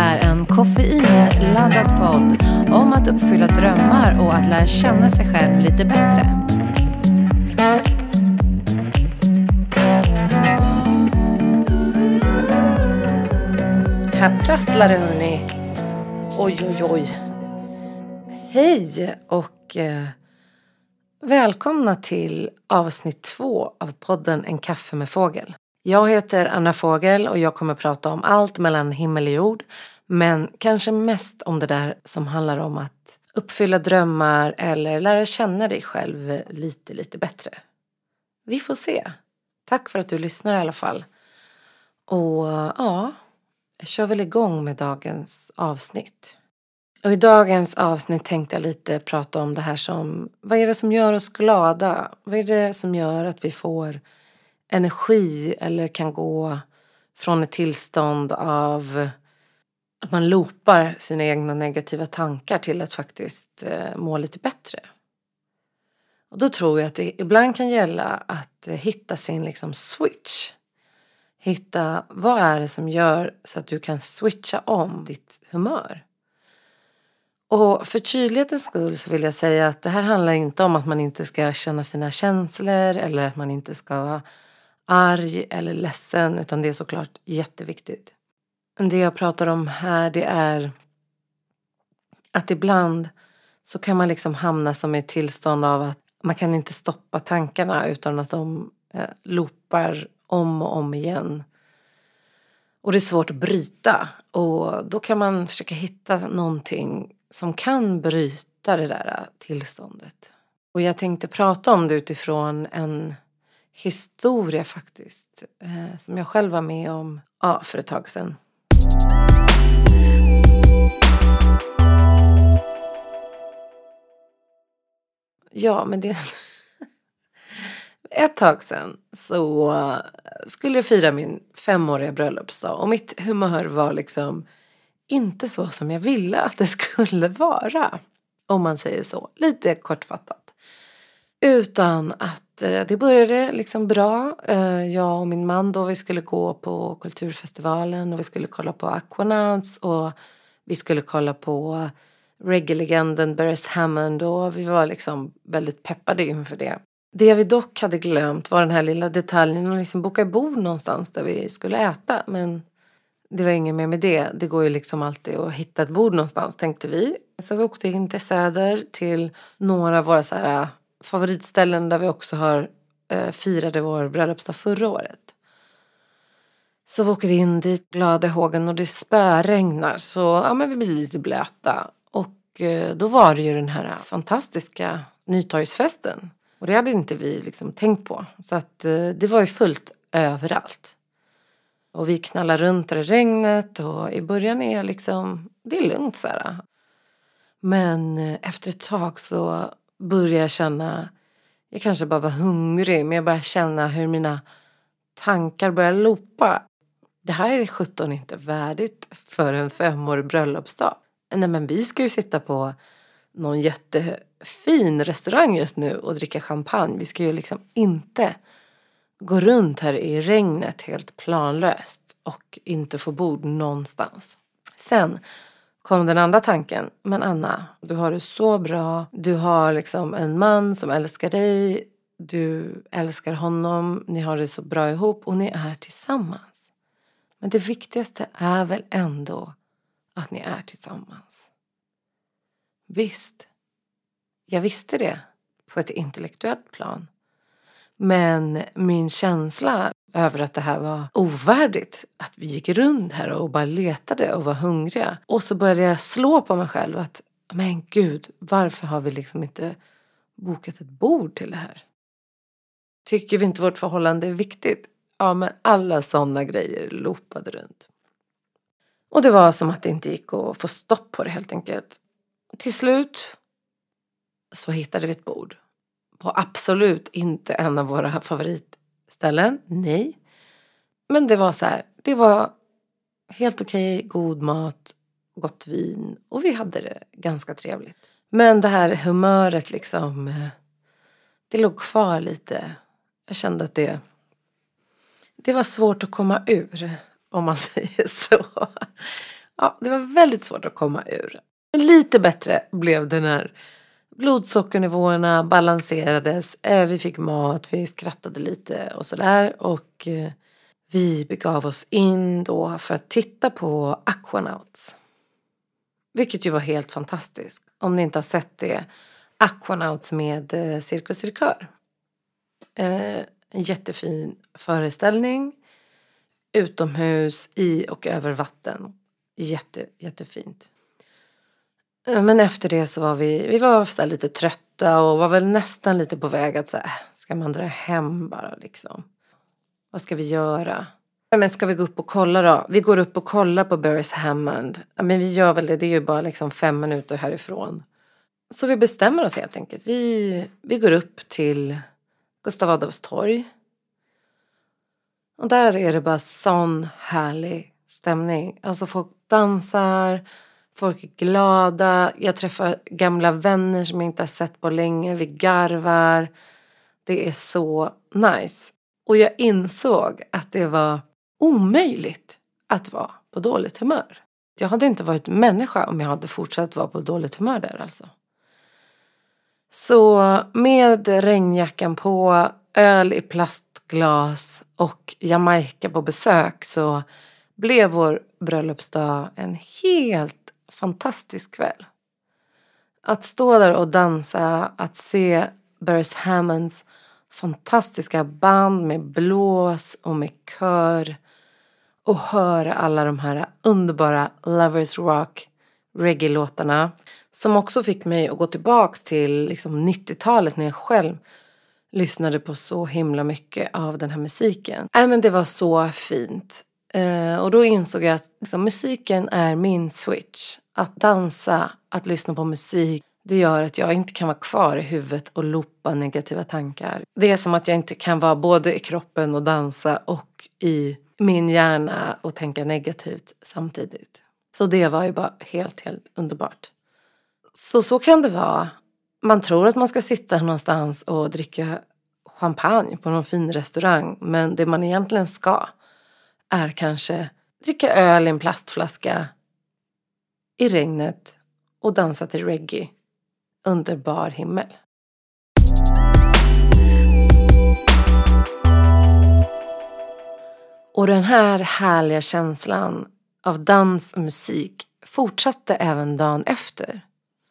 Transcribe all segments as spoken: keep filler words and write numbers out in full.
är en koffeinladdad podd om att uppfylla drömmar och att lära känna sig själv lite bättre. Här prasslar det, hörni. Oj, oj, oj. Hej och eh, välkomna till avsnitt två av podden En kaffe med fågel. Jag heter Anna Fågel och jag kommer prata om allt mellan himmel och jord. Men kanske mest om det där som handlar om att uppfylla drömmar eller lära känna dig själv lite, lite bättre. Vi får se. Tack för att du lyssnar i alla fall. Och ja, jag kör väl igång med dagens avsnitt. Och i dagens avsnitt tänkte jag lite prata om det här som, vad är det som gör oss glada? Vad är det som gör att vi får energi eller kan gå från ett tillstånd av att man loopar sina egna negativa tankar till att faktiskt eh, må lite bättre. Och då tror jag att det ibland kan gälla att eh, hitta sin liksom switch. Hitta vad är det som gör så att du kan switcha om ditt humör. Och för tydlighetens skull så vill jag säga att det här handlar inte om att man inte ska känna sina känslor eller att man inte ska vara arg eller ledsen, utan det är såklart jätteviktigt. Det jag pratar om här, det är att ibland så kan man liksom hamna som i ett tillstånd av att man kan inte stoppa tankarna utan att de eh, loopar om och om igen. Och det är svårt att bryta, och då kan man försöka hitta någonting som kan bryta det där tillståndet. Och jag tänkte prata om det utifrån en historia faktiskt, eh, som jag själv var med om ja, för ett tag sedan. Ja, men det ett tag sedan så skulle jag fira min femåriga bröllopsdag, och mitt humör var liksom inte så som jag ville att det skulle vara, om man säger så, lite kortfattat. Utan att eh, det började liksom bra. Eh, jag och min man då, vi skulle gå på kulturfestivalen och vi skulle kolla på Aquanauts och vi skulle kolla på reggae-legenden Beres Hammond, och vi var liksom väldigt peppade inför det. Det vi dock hade glömt var den här lilla detaljen att liksom boka bord någonstans där vi skulle äta, men det var inget mer med det. Det går ju liksom alltid att hitta ett bord någonstans, tänkte vi. Så vi åkte in till Söder till några av våra så här favoritställen där vi också har eh, firade vår bröllopsdag förra året. Så vi åker in dit, glada i hågen, och det spöregnar, så ja, men vi blir lite blöta. Och eh, då var det ju den här fantastiska Nytorgsfesten. Och det hade inte vi liksom tänkt på. Så att eh, det var ju fullt överallt. Och vi knallar runt där i regnet, och i början är liksom, det är lugnt så här. Men eh, efter ett tag så började jag känna, jag kanske bara var hungrig, men jag började känna hur mina tankar började loopa. Det här är sjutton inte värdigt för en femårig bröllopsdag. Nej, men vi ska ju sitta på någon jättefin restaurang just nu och dricka champagne. Vi ska ju liksom inte gå runt här i regnet helt planlöst och inte få bord någonstans. Sen kom den andra tanken. Men Anna, du har det så bra. Du har liksom en man som älskar dig. Du älskar honom. Ni har det så bra ihop och ni är tillsammans. Men det viktigaste är väl ändå att ni är tillsammans. Visst, jag visste det på ett intellektuellt plan. Men min känsla över att det här var ovärdigt, att vi gick runt här och bara letade och var hungriga. Och så började jag slå på mig själv att, men gud, varför har vi liksom inte bokat ett bord till det här? Tycker vi inte vårt förhållande är viktigt? Ja, men alla sådana grejer loopade runt. Och det var som att det inte gick att få stopp på det helt enkelt. Till slut så hittade vi ett bord. På absolut inte en av våra favoritställen. Nej. Men det var så här. Det var helt okej, god mat, gott vin. Och vi hade det ganska trevligt. Men det här humöret liksom, det låg kvar lite. Jag kände att det, det var svårt att komma ur, om man säger så. Ja, det var väldigt svårt att komma ur. Men lite bättre blev det när blodsockernivåerna balanserades. Eh, vi fick mat, vi skrattade lite och sådär. Och eh, vi begav oss in då för att titta på Aquanauts. Vilket ju var helt fantastiskt. Om ni inte har sett det. Aquanauts med eh, Cirkus Cirkör. Eh, en jättefin föreställning. Utomhus, i och över vatten. Jätte, jättefint. Eh, Men efter det så var vi, vi var så här lite trötta och var väl nästan lite på väg att säga, ska man dra hem bara liksom? Vad ska vi göra? Ja, men ska vi gå upp och kolla då? Vi går upp och kollar på Beres Hammond. Ja, men vi gör väl det, det är ju bara liksom fem minuter härifrån. Så vi bestämmer oss helt enkelt. Vi, vi går upp till Gustav Adolfs torg. Och där är det bara sån härlig stämning. Alltså folk dansar, folk är glada. Jag träffar gamla vänner som jag inte har sett på länge. Vi garvar. Det är så nice. Och jag insåg att det var omöjligt att vara på dåligt humör. Jag hade inte varit människa om jag hade fortsatt vara på dåligt humör där alltså. Så med regnjackan på, öl i plastglas och Jamaica på besök så blev vår bröllopsdag en helt fantastisk kväll. Att stå där och dansa, att se Beres Hammonds fantastiska band med blås och med kör och höra alla de här underbara Lovers Rock reggae-låtarna som också fick mig att gå tillbaks till liksom nittiotalet när jag själv lyssnade på så himla mycket av den här musiken. Äh, men det var så fint. Uh, och då insåg jag att liksom, musiken är min switch. Att dansa, att lyssna på musik, det gör att jag inte kan vara kvar i huvudet och loopa negativa tankar. Det är som att jag inte kan vara både i kroppen och dansa och i min hjärna och tänka negativt samtidigt. Så det var ju bara helt, helt underbart. Så så kan det vara. Man tror att man ska sitta någonstans och dricka champagne på någon fin restaurang. Men det man egentligen ska är kanske dricka öl i en plastflaska i regnet och dansa till reggae under bar himmel. Och den här härliga känslan av dans och musik fortsatte även dagen efter.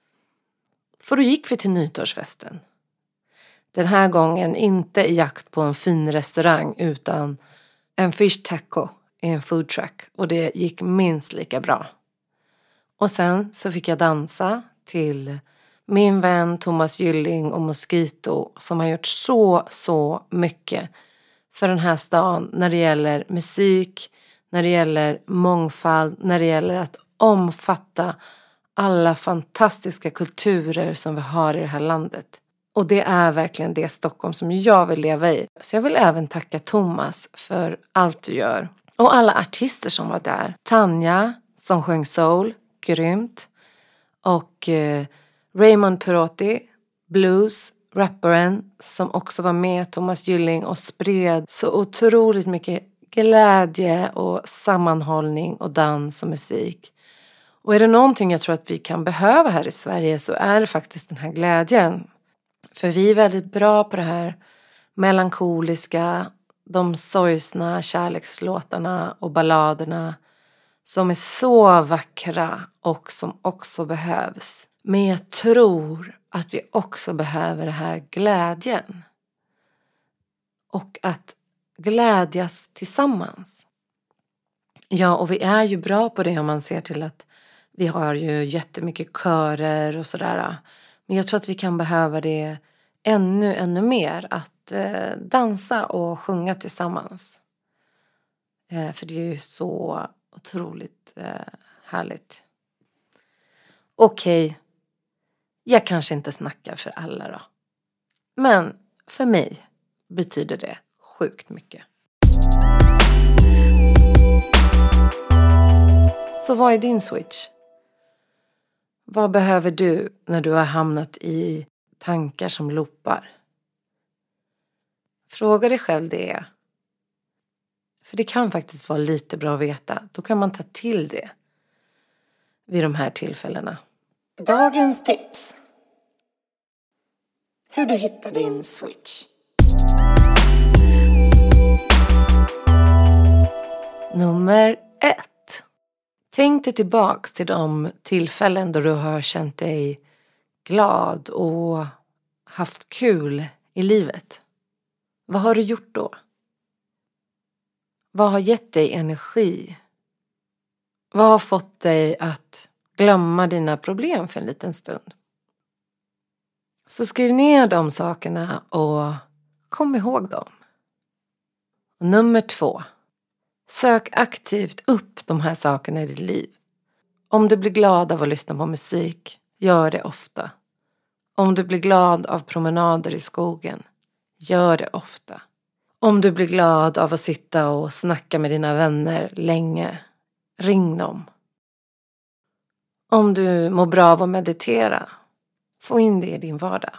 För då gick vi till nyårsfesten. Den här gången inte i jakt på en fin restaurang utan en fish taco i en food truck. Och det gick minst lika bra. Och sen så fick jag dansa till min vän Thomas Gylling och Mosquito som har gjort så, så mycket för den här stan när det gäller musik, när det gäller mångfald, när det gäller att omfatta alla fantastiska kulturer som vi har i det här landet. Och det är verkligen det Stockholm som jag vill leva i. Så jag vill även tacka Thomas för allt du gör. Och alla artister som var där. Tanja som sjöng soul, grymt. Och eh, Raymond Perotti, blues, rapparen som också var med, Thomas Gylling, och spred så otroligt mycket glädje och sammanhållning och dans och musik. Och är det någonting jag tror att vi kan behöva här i Sverige så är det faktiskt den här glädjen. För vi är väldigt bra på det här melankoliska, de sorgsna kärlekslåtarna och balladerna som är så vackra och som också behövs. Men jag tror att vi också behöver det här glädjen. Och att glädjas tillsammans. Ja, och vi är ju bra på det om man ser till att vi har ju jättemycket körer och sådär. Men jag tror att vi kan behöva det ännu, ännu mer. Att eh, dansa och sjunga tillsammans. Eh, för det är ju så otroligt eh, härligt. Okej, okay. Jag kanske inte snackar för alla då. Men för mig betyder det sjukt mycket. Så vad är din switch? Vad behöver du när du har hamnat i tankar som loopar? Fråga dig själv det. För det kan faktiskt vara lite bra att veta. Då kan man ta till det. vid de här tillfällena. Dagens tips. Hur du hittar din switch. Nummer ett. Tänk dig tillbaks till de tillfällen då du har känt dig glad och haft kul i livet. Vad har du gjort då? Vad har gett dig energi? Vad har fått dig att glömma dina problem för en liten stund? Så skriv ner de sakerna och kom ihåg dem. Och nummer två. Sök aktivt upp de här sakerna i ditt liv. Om du blir glad av att lyssna på musik, gör det ofta. Om du blir glad av promenader i skogen, gör det ofta. Om du blir glad av att sitta och snacka med dina vänner länge, ring dem. Om du mår bra av att meditera, få in det i din vardag.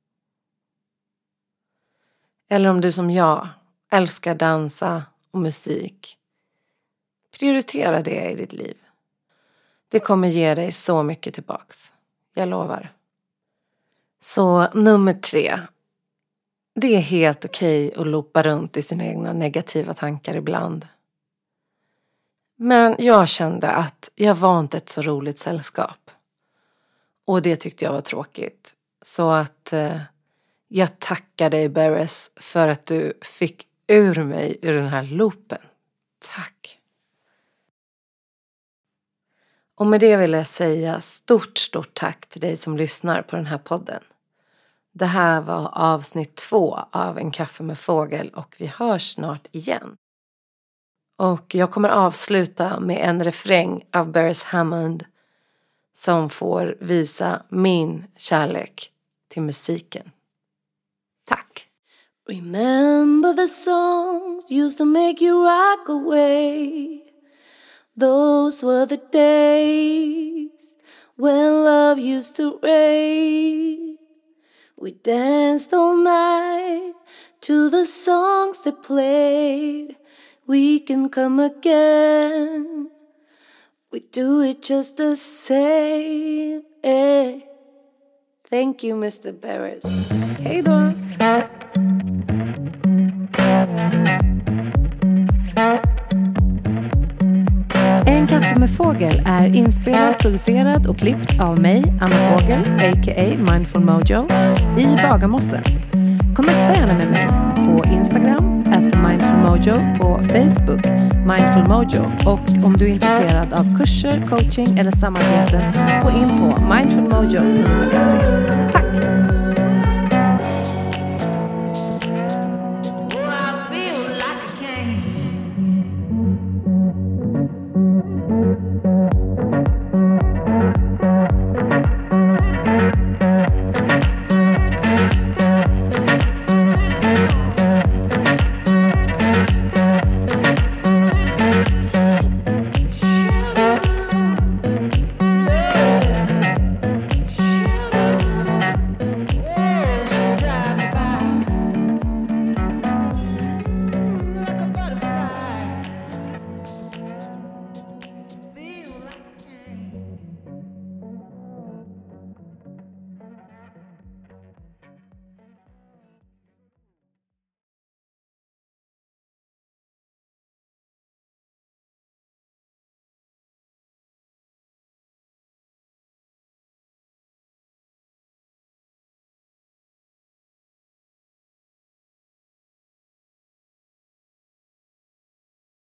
Eller om du som jag älskar dansa och musik, prioritera det i ditt liv. Det kommer ge dig så mycket tillbaks, jag lovar. Så nummer tre. Det är helt okej att loopa runt i sina egna negativa tankar ibland. Men jag kände att jag var inte ett så roligt sällskap. Och det tyckte jag var tråkigt. Så att eh, jag tackar dig, Beres, för att du fick ur mig ur den här loopen. Tack. Och med det vill jag säga stort, stort tack till dig som lyssnar på den här podden. Det här var avsnitt två av En kaffe med fågel och vi hörs snart igen. Och jag kommer avsluta med en refräng av Beres Hammond som får visa min kärlek till musiken. Tack! Remember the songs used to make you rock away. Those were the days when love used to rain. We danced all night to the songs they played. We can come again. We do it just the same. Eh. Thank you, mister Beres. Hej då! En kaffe med fågel är inspelad, producerad och klippt av mig, Anna Fågel, a k a. Mindful Mojo, i Bagarmossen. Connecta gärna med mig på Instagram, at Mindful Mojo, på Facebook, Mindful Mojo, och om du är intresserad av kurser, coaching eller samarbeten, gå in på mindful mojo punkt se.